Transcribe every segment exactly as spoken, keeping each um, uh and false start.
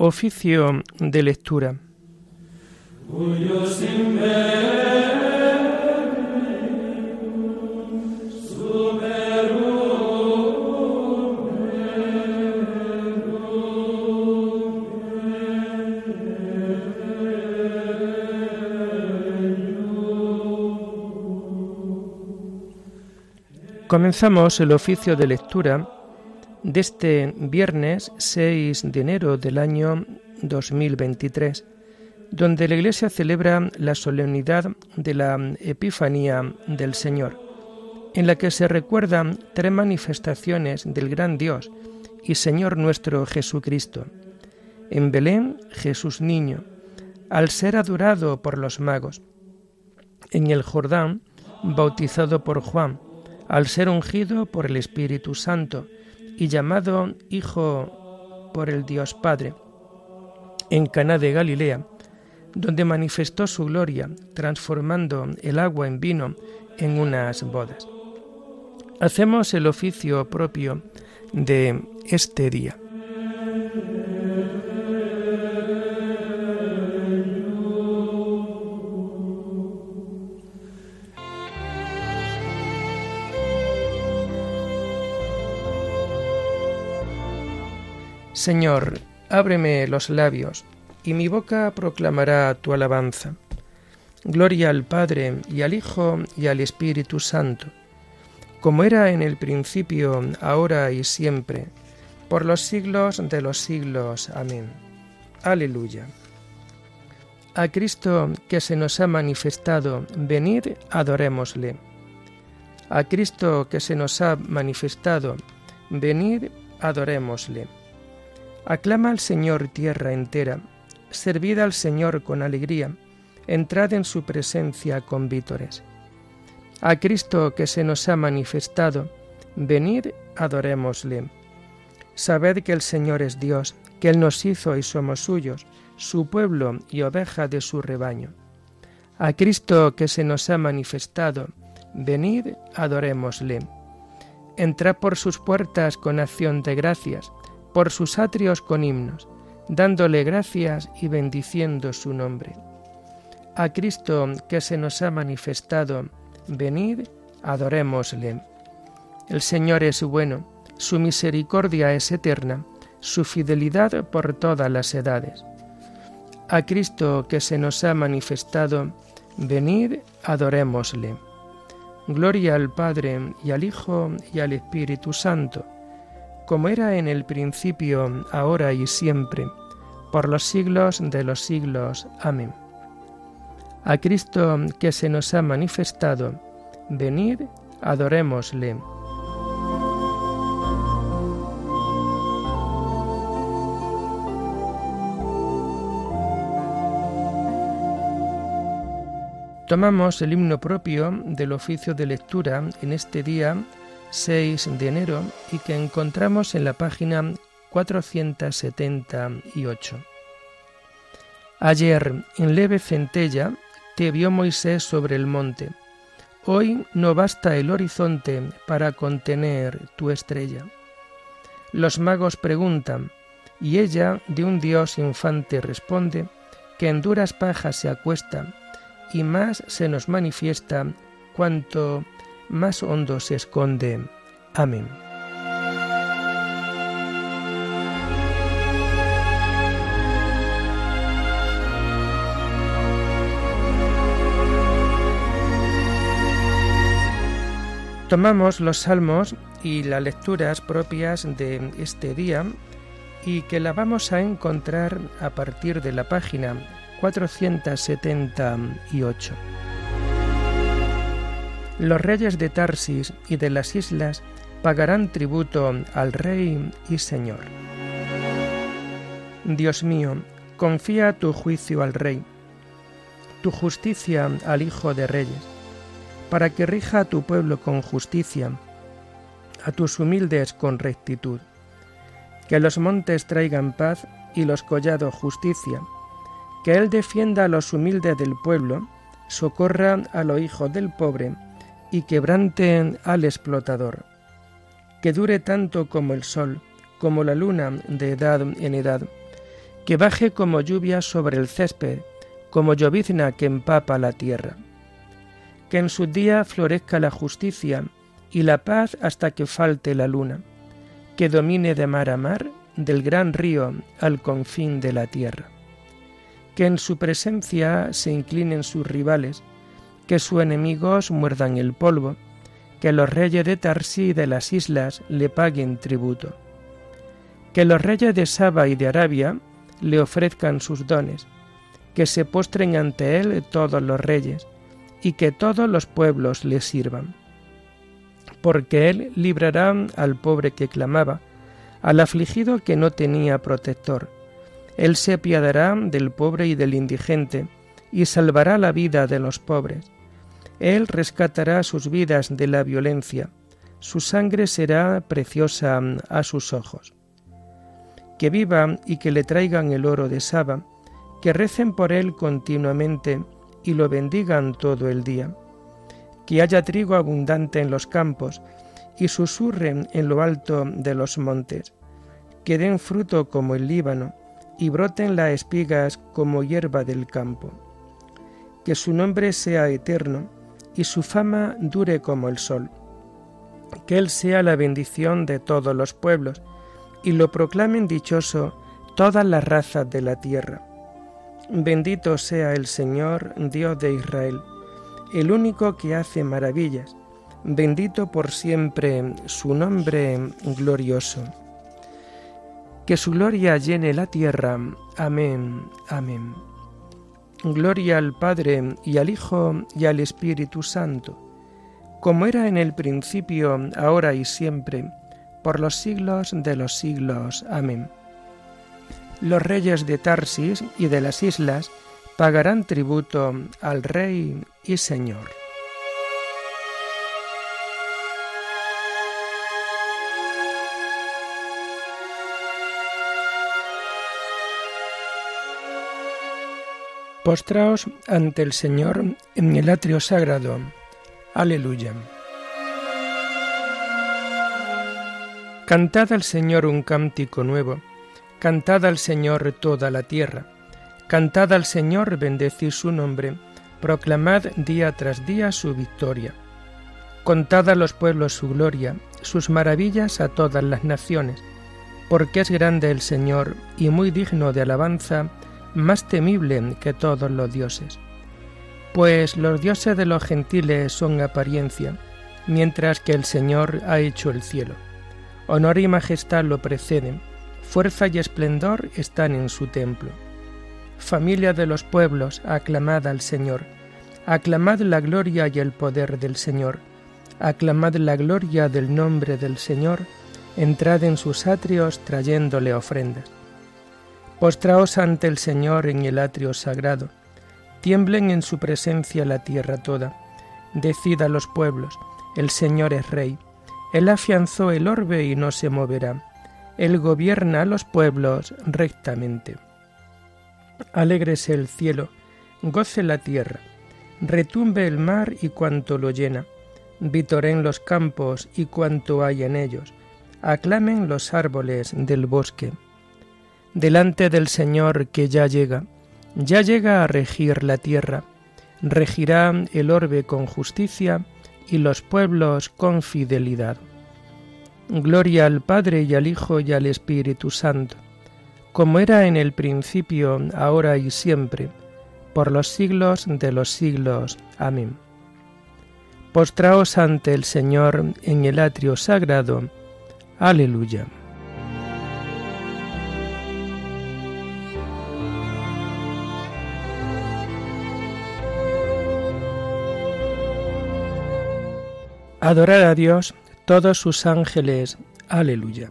Oficio de lectura. Comenzamos el oficio de lectura de este viernes seis de enero del año dos mil veintitrés, donde la Iglesia celebra la solemnidad de la Epifanía del Señor, en la que se recuerdan tres manifestaciones del gran Dios y Señor nuestro Jesucristo. En Belén, Jesús niño, al ser adorado por los magos. En el Jordán, bautizado por Juan, al ser ungido por el Espíritu Santo y llamado Hijo por el Dios Padre. En Caná de Galilea, donde manifestó su gloria, transformando el agua en vino en unas bodas. Hacemos el oficio propio de este día. Señor, ábreme los labios, y mi boca proclamará tu alabanza. Gloria al Padre, y al Hijo, y al Espíritu Santo, como era en el principio, ahora y siempre, por los siglos de los siglos. Amén. Aleluya. A Cristo que se nos ha manifestado, venid, adorémosle. A Cristo que se nos ha manifestado, venid, adorémosle. Aclama al Señor tierra entera, servid al Señor con alegría, entrad en su presencia con vítores. A Cristo que se nos ha manifestado, venid, adorémosle. Sabed que el Señor es Dios, que Él nos hizo y somos suyos, su pueblo y oveja de su rebaño. A Cristo que se nos ha manifestado, venid, adorémosle. Entrad por sus puertas con acción de gracias, por sus atrios con himnos, dándole gracias y bendiciendo su nombre. A Cristo que se nos ha manifestado, venid, adorémosle. El Señor es bueno, su misericordia es eterna, su fidelidad por todas las edades. A Cristo que se nos ha manifestado, venid, adorémosle. Gloria al Padre, y al Hijo, y al Espíritu Santo, como era en el principio, ahora y siempre, por los siglos de los siglos. Amén. A Cristo que se nos ha manifestado, venid, adorémosle. Tomamos el himno propio del oficio de lectura en este día seis de enero y que encontramos en la página cuatrocientos setenta y ocho. Ayer, en leve centella, te vio Moisés sobre el monte. Hoy no basta el horizonte para contener tu estrella. Los magos preguntan, y ella de un Dios infante responde, que en duras pajas se acuesta, y más se nos manifiesta cuanto más hondo se esconde. Amén. Tomamos los salmos y las lecturas propias de este día y que la vamos a encontrar a partir de la página cuatrocientos setenta y ocho. Los reyes de Tarsis y de las islas pagarán tributo al Rey y Señor. Dios mío, confía tu juicio al Rey, tu justicia al Hijo de Reyes, para que rija a tu pueblo con justicia, a tus humildes con rectitud. Que los montes traigan paz y los collados justicia, que Él defienda a los humildes del pueblo, socorra a los hijos del pobre y quebrante al explotador. Que dure tanto como el sol, como la luna de edad en edad, que baje como lluvia sobre el césped, como llovizna que empapa la tierra. Que en su día florezca la justicia y la paz hasta que falte la luna, que domine de mar a mar, del gran río al confín de la tierra. Que en su presencia se inclinen sus rivales, que sus enemigos muerdan el polvo, que los reyes de Tarsi y de las islas le paguen tributo. Que los reyes de Saba y de Arabia le ofrezcan sus dones, que se postren ante él todos los reyes, y que todos los pueblos le sirvan. Porque él librará al pobre que clamaba, al afligido que no tenía protector. Él se apiadará del pobre y del indigente, y salvará la vida de los pobres. Él rescatará sus vidas de la violencia, su sangre será preciosa a sus ojos. Que viva y que le traigan el oro de Saba, que recen por él continuamente y lo bendigan todo el día. Que haya trigo abundante en los campos y susurren en lo alto de los montes. Que den fruto como el Líbano y broten las espigas como hierba del campo. Que su nombre sea eterno y su fama dure como el sol. Que él sea la bendición de todos los pueblos y lo proclamen dichoso todas las razas de la tierra. Bendito sea el Señor, Dios de Israel, el único que hace maravillas. Bendito por siempre su nombre glorioso. Que su gloria llene la tierra. Amén, amén. Gloria al Padre, y al Hijo, y al Espíritu Santo, como era en el principio, ahora y siempre, por los siglos de los siglos. Amén. Los reyes de Tarsis y de las islas pagarán tributo al Rey y Señor. Postraos ante el Señor en el atrio sagrado. Aleluya. Cantad al Señor un cántico nuevo, cantad al Señor toda la tierra, cantad al Señor, bendecid su nombre, proclamad día tras día su victoria. Contad a los pueblos su gloria, sus maravillas a todas las naciones, porque es grande el Señor y muy digno de alabanza, más temible que todos los dioses. Pues los dioses de los gentiles son apariencia, mientras que el Señor ha hecho el cielo. Honor y majestad lo preceden, fuerza y esplendor están en su templo. Familia de los pueblos, aclamad al Señor, aclamad la gloria y el poder del Señor, aclamad la gloria del nombre del Señor, entrad en sus atrios trayéndole ofrendas. Postraos ante el Señor en el atrio sagrado, tiemblen en su presencia la tierra toda, decid a los pueblos, el Señor es Rey, Él afianzó el orbe y no se moverá, Él gobierna a los pueblos rectamente. Alégrese el cielo, goce la tierra, retumbe el mar y cuanto lo llena, vitoreen los campos y cuanto hay en ellos, aclamen los árboles del bosque. Delante del Señor que ya llega, ya llega a regir la tierra, regirá el orbe con justicia y los pueblos con fidelidad. Gloria al Padre y al Hijo y al Espíritu Santo, como era en el principio, ahora y siempre, por los siglos de los siglos. Amén. Postraos ante el Señor en el atrio sagrado. Aleluya. Adorar a Dios, todos sus ángeles. Aleluya.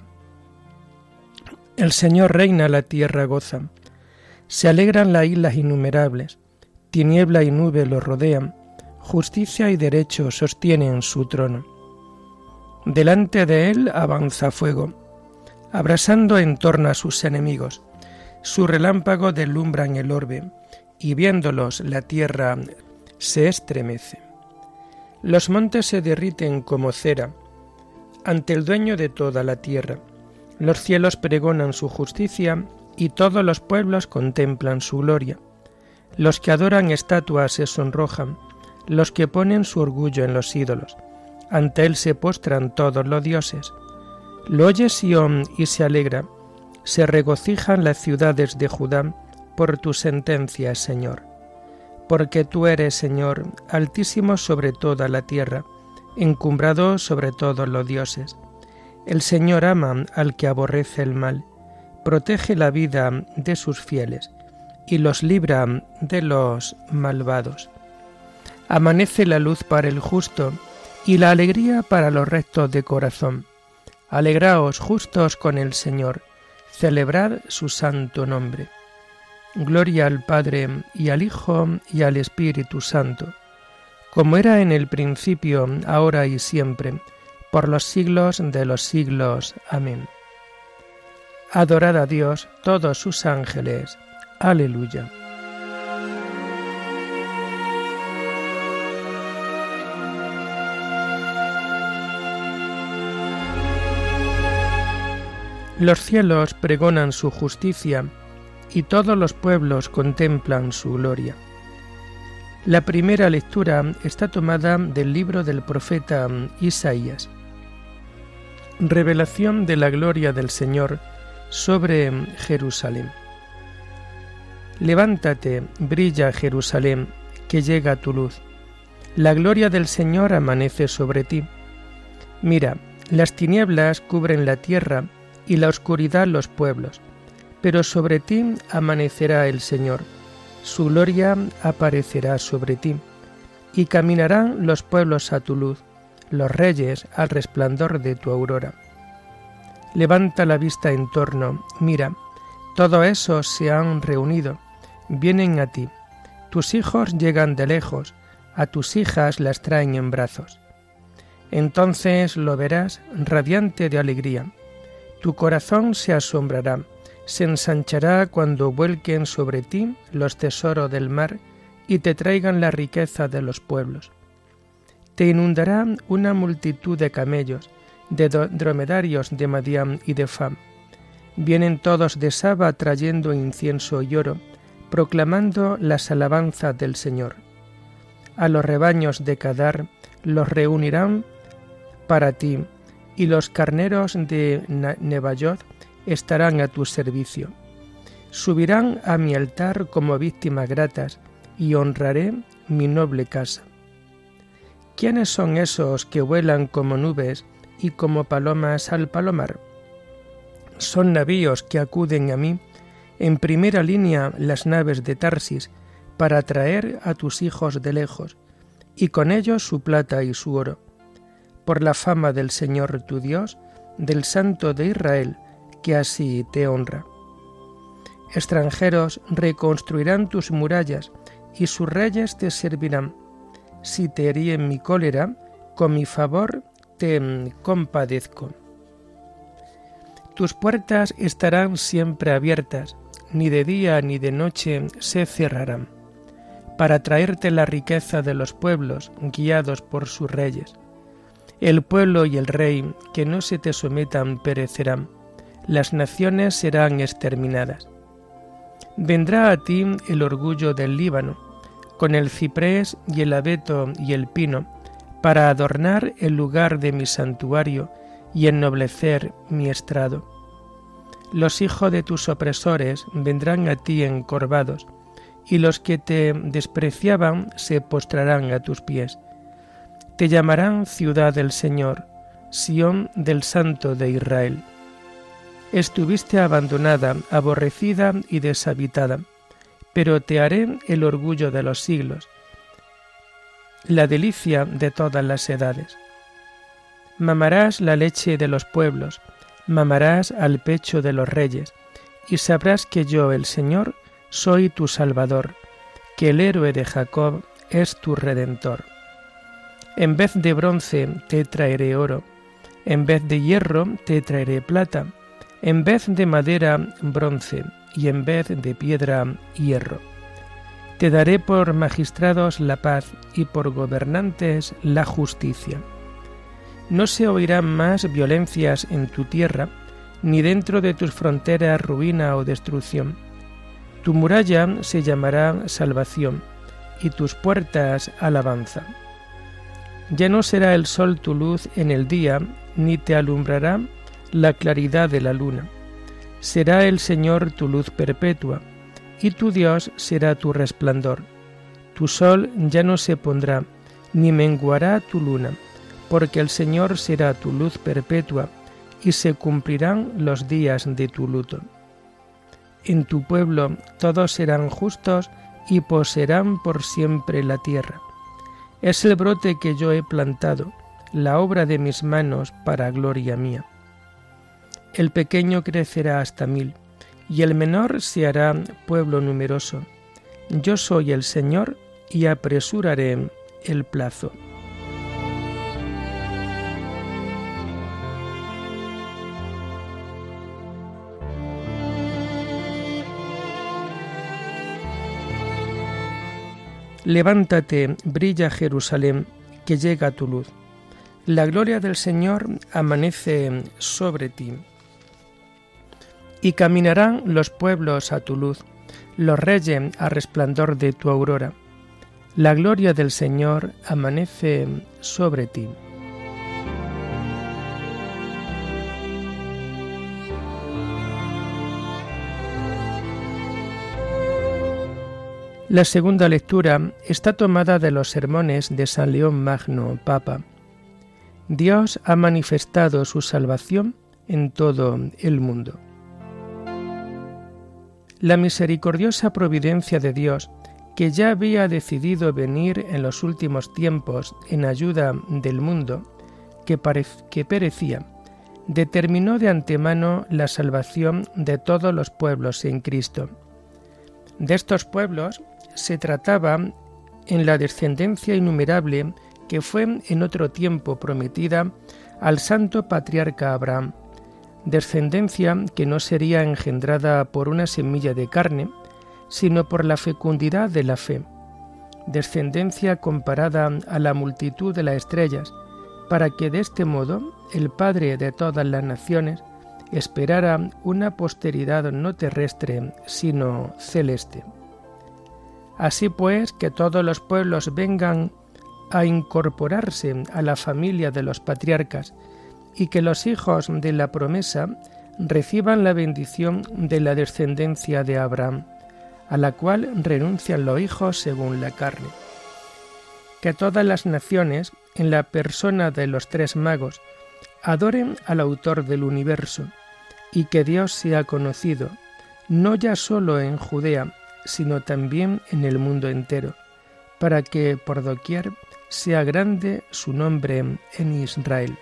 El Señor reina, la tierra goza. Se alegran las islas innumerables. Tiniebla y nube lo rodean. Justicia y derecho sostienen su trono. Delante de él avanza fuego, abrasando en torno a sus enemigos. Sus relámpagos deslumbran el orbe, y viéndolos la tierra se estremece. Los montes se derriten como cera ante el dueño de toda la tierra. Los cielos pregonan su justicia y todos los pueblos contemplan su gloria. Los que adoran estatuas se sonrojan, los que ponen su orgullo en los ídolos. Ante él se postran todos los dioses. Lo oye Sión y se alegra, se regocijan las ciudades de Judá por tu sentencia, Señor. Porque tú eres, Señor, altísimo sobre toda la tierra, encumbrado sobre todos los dioses. El Señor ama al que aborrece el mal, protege la vida de sus fieles y los libra de los malvados. Amanece la luz para el justo y la alegría para los rectos de corazón. Alegraos justos con el Señor, celebrad su santo nombre. Gloria al Padre y al Hijo y al Espíritu Santo, como era en el principio, ahora y siempre, por los siglos de los siglos. Amén. Adorad a Dios todos sus ángeles. Aleluya. Los cielos pregonan su justicia y todos los pueblos contemplan su gloria. La primera lectura está tomada del libro del profeta Isaías. Revelación de la gloria del Señor sobre Jerusalén. Levántate, brilla Jerusalén, que llega tu luz. La gloria del Señor amanece sobre ti. Mira, las tinieblas cubren la tierra y la oscuridad los pueblos, pero sobre ti amanecerá el Señor, su gloria aparecerá sobre ti, y caminarán los pueblos a tu luz, los reyes al resplandor de tu aurora. Levanta la vista en torno, mira, todos esos se han reunido, vienen a ti, tus hijos llegan de lejos, a tus hijas las traen en brazos. Entonces lo verás radiante de alegría, tu corazón se asombrará, se ensanchará cuando vuelquen sobre ti los tesoros del mar y te traigan la riqueza de los pueblos. Te inundará una multitud de camellos, de dromedarios de Madián y de Fam. Vienen todos de Saba trayendo incienso y oro, proclamando las alabanzas del Señor. A los rebaños de Cadar los reunirán para ti, y los carneros de Nebayot estarán a tu servicio. Subirán a mi altar como víctimas gratas, y honraré mi noble casa. ¿Quiénes son esos que vuelan como nubes y como palomas al palomar? Son navíos que acuden a mí, en primera línea las naves de Tarsis, para traer a tus hijos de lejos, y con ellos su plata y su oro. Por la fama del Señor tu Dios, del Santo de Israel, que así te honra. Extranjeros reconstruirán tus murallas, y sus reyes te servirán. Si te herí en mi cólera, con mi favor te compadezco. Tus puertas estarán siempre abiertas, ni de día ni de noche se cerrarán, para traerte la riqueza de los pueblos, guiados por sus reyes. El pueblo y el rey que no se te sometan perecerán, las naciones serán exterminadas. Vendrá a ti el orgullo del Líbano, con el ciprés y el abeto y el pino, para adornar el lugar de mi santuario y ennoblecer mi estrado. Los hijos de tus opresores vendrán a ti encorvados, y los que te despreciaban se postrarán a tus pies. Te llamarán ciudad del Señor, Sión del Santo de Israel. Estuviste abandonada, aborrecida y deshabitada, pero te haré el orgullo de los siglos, la delicia de todas las edades. Mamarás la leche de los pueblos, mamarás al pecho de los reyes, y sabrás que yo, el Señor, soy tu Salvador, que el héroe de Jacob es tu Redentor. En vez de bronce te traeré oro, en vez de hierro te traeré plata, en vez de madera bronce, y en vez de piedra hierro. Te daré por magistrados la paz y por gobernantes la justicia. No se oirán más violencias en tu tierra, ni dentro de tus fronteras ruina o destrucción. Tu muralla se llamará salvación, y tus puertas alabanza. Ya no será el sol tu luz en el día, ni te alumbrará la claridad de la luna. Será el Señor tu luz perpetua, y tu Dios será tu resplandor. Tu sol ya no se pondrá, ni menguará tu luna, porque el Señor será tu luz perpetua, y se cumplirán los días de tu luto. En tu pueblo todos serán justos y poseerán por siempre la tierra. Es el brote que yo he plantado, la obra de mis manos para gloria mía. El pequeño crecerá hasta mil, y el menor se hará pueblo numeroso. Yo soy el Señor y apresuraré el plazo. Levántate, brilla Jerusalén, que llega tu luz. La gloria del Señor amanece sobre ti. Y caminarán los pueblos a tu luz, los reyes a resplandor de tu aurora. La gloria del Señor amanece sobre ti. La segunda lectura está tomada de los sermones de San León Magno, Papa. Dios ha manifestado su salvación en todo el mundo. La misericordiosa providencia de Dios, que ya había decidido venir en los últimos tiempos en ayuda del mundo que, parec- que perecía, determinó de antemano la salvación de todos los pueblos en Cristo. De estos pueblos se trataba en la descendencia innumerable que fue en otro tiempo prometida al santo patriarca Abraham, descendencia que no sería engendrada por una semilla de carne, sino por la fecundidad de la fe, descendencia comparada a la multitud de las estrellas, para que de este modo el Padre de todas las naciones esperara una posteridad no terrestre, sino celeste. Así pues, que todos los pueblos vengan a incorporarse a la familia de los patriarcas y que los hijos de la promesa reciban la bendición de la descendencia de Abraham, a la cual renuncian los hijos según la carne. Que todas las naciones, en la persona de los tres magos, adoren al autor del universo, y que Dios sea conocido, no ya solo en Judea, sino también en el mundo entero, para que por doquier sea grande su nombre en Israel.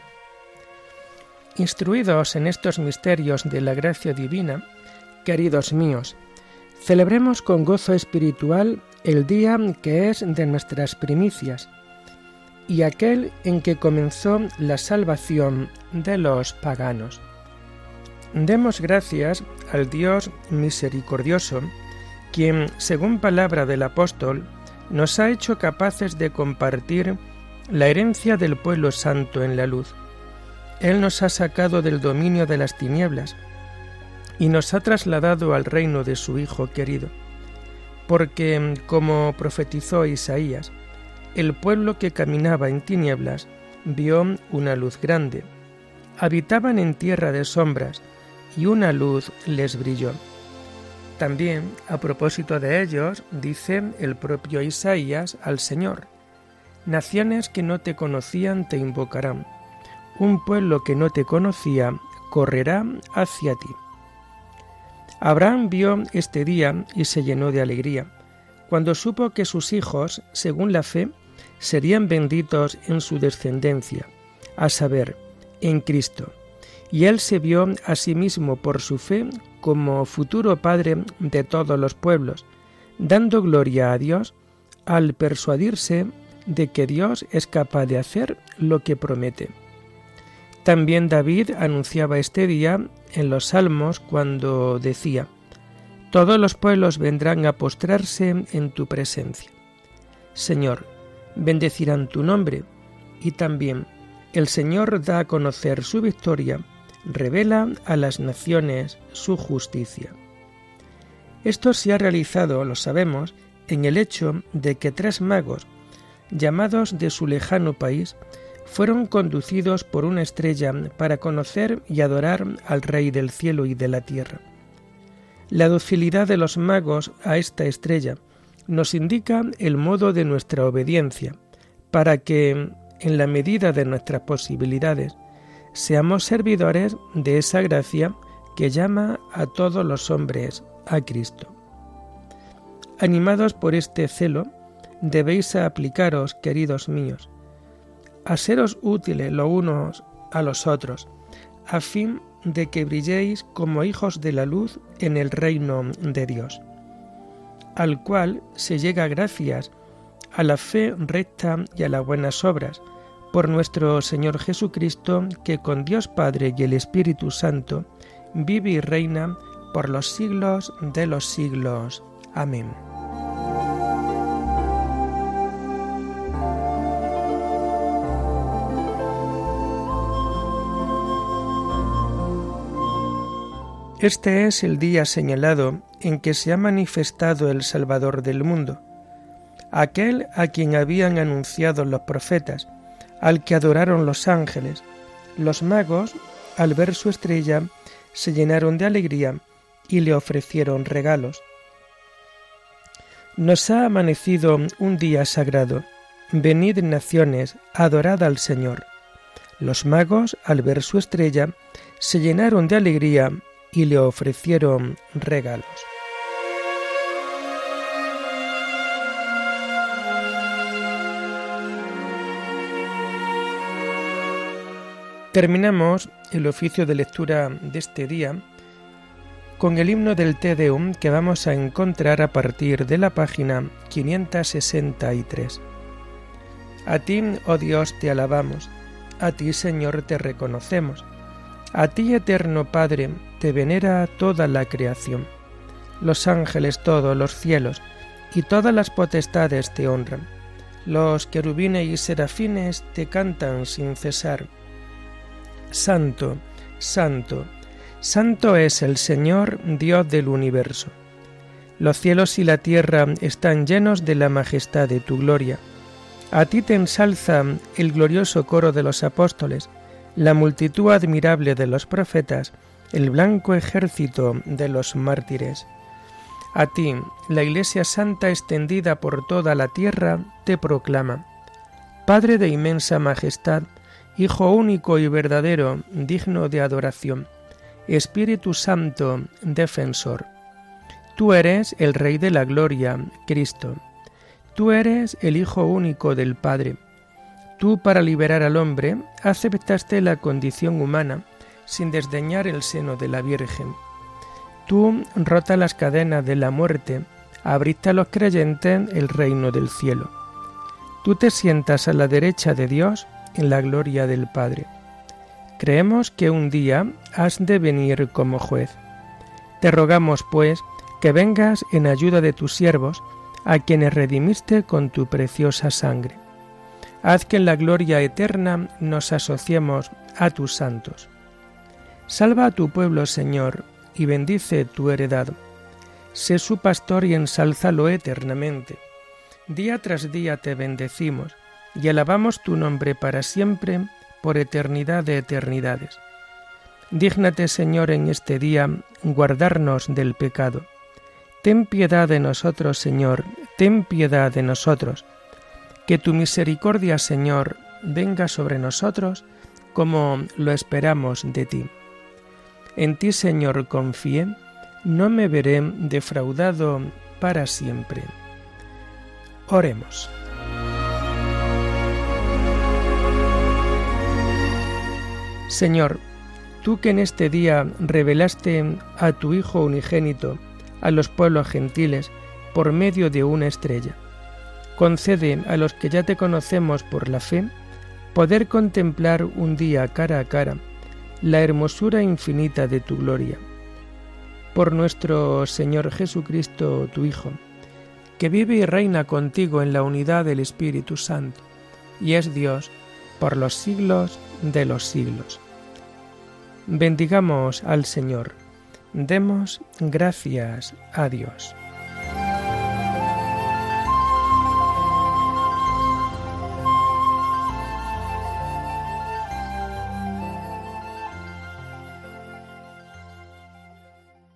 Instruidos en estos misterios de la gracia divina, queridos míos, celebremos con gozo espiritual el día que es de nuestras primicias y aquel en que comenzó la salvación de los paganos. Demos gracias al Dios misericordioso, quien, según palabra del apóstol, nos ha hecho capaces de compartir la herencia del pueblo santo en la luz. Él nos ha sacado del dominio de las tinieblas y nos ha trasladado al reino de su Hijo querido, porque, como profetizó Isaías, el pueblo que caminaba en tinieblas vio una luz grande. Habitaban en tierra de sombras, y una luz les brilló. También, a propósito de ellos, dice el propio Isaías al Señor: naciones que no te conocían te invocarán, un pueblo que no te conocía correrá hacia ti. Abraham vio este día y se llenó de alegría, cuando supo que sus hijos, según la fe, serían benditos en su descendencia, a saber, en Cristo. Y él se vio a sí mismo por su fe como futuro Padre de todos los pueblos, dando gloria a Dios al persuadirse de que Dios es capaz de hacer lo que promete. También David anunciaba este día en los Salmos cuando decía: todos los pueblos vendrán a postrarse en tu presencia. Señor, bendecirán tu nombre, y también el Señor da a conocer su victoria revela a las naciones su justicia. Esto se ha realizado, lo sabemos, en el hecho de que tres magos, llamados de su lejano país, fueron conducidos por una estrella para conocer y adorar al Rey del cielo y de la tierra. La docilidad de los magos a esta estrella nos indica el modo de nuestra obediencia, para que, en la medida de nuestras posibilidades, seamos servidores de esa gracia que llama a todos los hombres a Cristo. Animados por este celo, debéis aplicaros, queridos míos, a seros útiles los unos a los otros, a fin de que brilléis como hijos de la luz en el reino de Dios, al cual se llega gracias a la fe recta y a las buenas obras, por nuestro Señor Jesucristo, que con Dios Padre y el Espíritu Santo vive y reina por los siglos de los siglos. Amén. Este es el día señalado en que se ha manifestado el Salvador del mundo, aquel a quien habían anunciado los profetas, al que adoraron los ángeles. Los magos, al ver su estrella, se llenaron de alegría y le ofrecieron regalos. Nos ha amanecido un día sagrado. Venid, naciones, adorad al Señor. Los magos, al ver su estrella, se llenaron de alegría y le ofrecieron regalos. Terminamos el oficio de lectura de este día con el himno del Te Deum que vamos a encontrar a partir de la página quinientos sesenta y tres. A ti, oh Dios, te alabamos, a ti, Señor, te reconocemos, a ti, eterno Padre, te venera toda la creación. Los ángeles todos, los cielos y todas las potestades te honran. Los querubines y serafines te cantan sin cesar. Santo, santo, santo es el Señor, Dios del universo. Los cielos y la tierra están llenos de la majestad de tu gloria. A ti te ensalza el glorioso coro de los apóstoles, la multitud admirable de los profetas, el blanco ejército de los mártires. A ti, la Iglesia Santa extendida por toda la tierra, te proclama. Padre de inmensa majestad, Hijo único y verdadero, digno de adoración, Espíritu Santo, defensor. Tú eres el Rey de la Gloria, Cristo. Tú eres el Hijo único del Padre. Tú, para liberar al hombre, aceptaste la condición humana, sin desdeñar el seno de la Virgen. Tú, rota las cadenas de la muerte, abriste a los creyentes el reino del cielo. Tú te sientas a la derecha de Dios, en la gloria del Padre. Creemos que un día has de venir como juez. Te rogamos, pues, que vengas en ayuda de tus siervos, a quienes redimiste con tu preciosa sangre. Haz que en la gloria eterna nos asociemos a tus santos. Salva a tu pueblo, Señor, y bendice tu heredad. Sé su pastor y ensálzalo eternamente. Día tras día te bendecimos, y alabamos tu nombre para siempre, por eternidad de eternidades. Dígnate, Señor, en este día guardarnos del pecado. Ten piedad de nosotros, Señor, ten piedad de nosotros. Que tu misericordia, Señor, venga sobre nosotros, como lo esperamos de ti. En ti, Señor, confié, no me veré defraudado para siempre. Oremos. Señor, tú que en este día revelaste a tu Hijo unigénito a los pueblos gentiles por medio de una estrella, concede a los que ya te conocemos por la fe poder contemplar un día cara a cara la hermosura infinita de tu gloria. Por nuestro Señor Jesucristo, tu Hijo, que vive y reina contigo en la unidad del Espíritu Santo, y es Dios por los siglos de los siglos. Bendigamos al Señor. Demos gracias a Dios.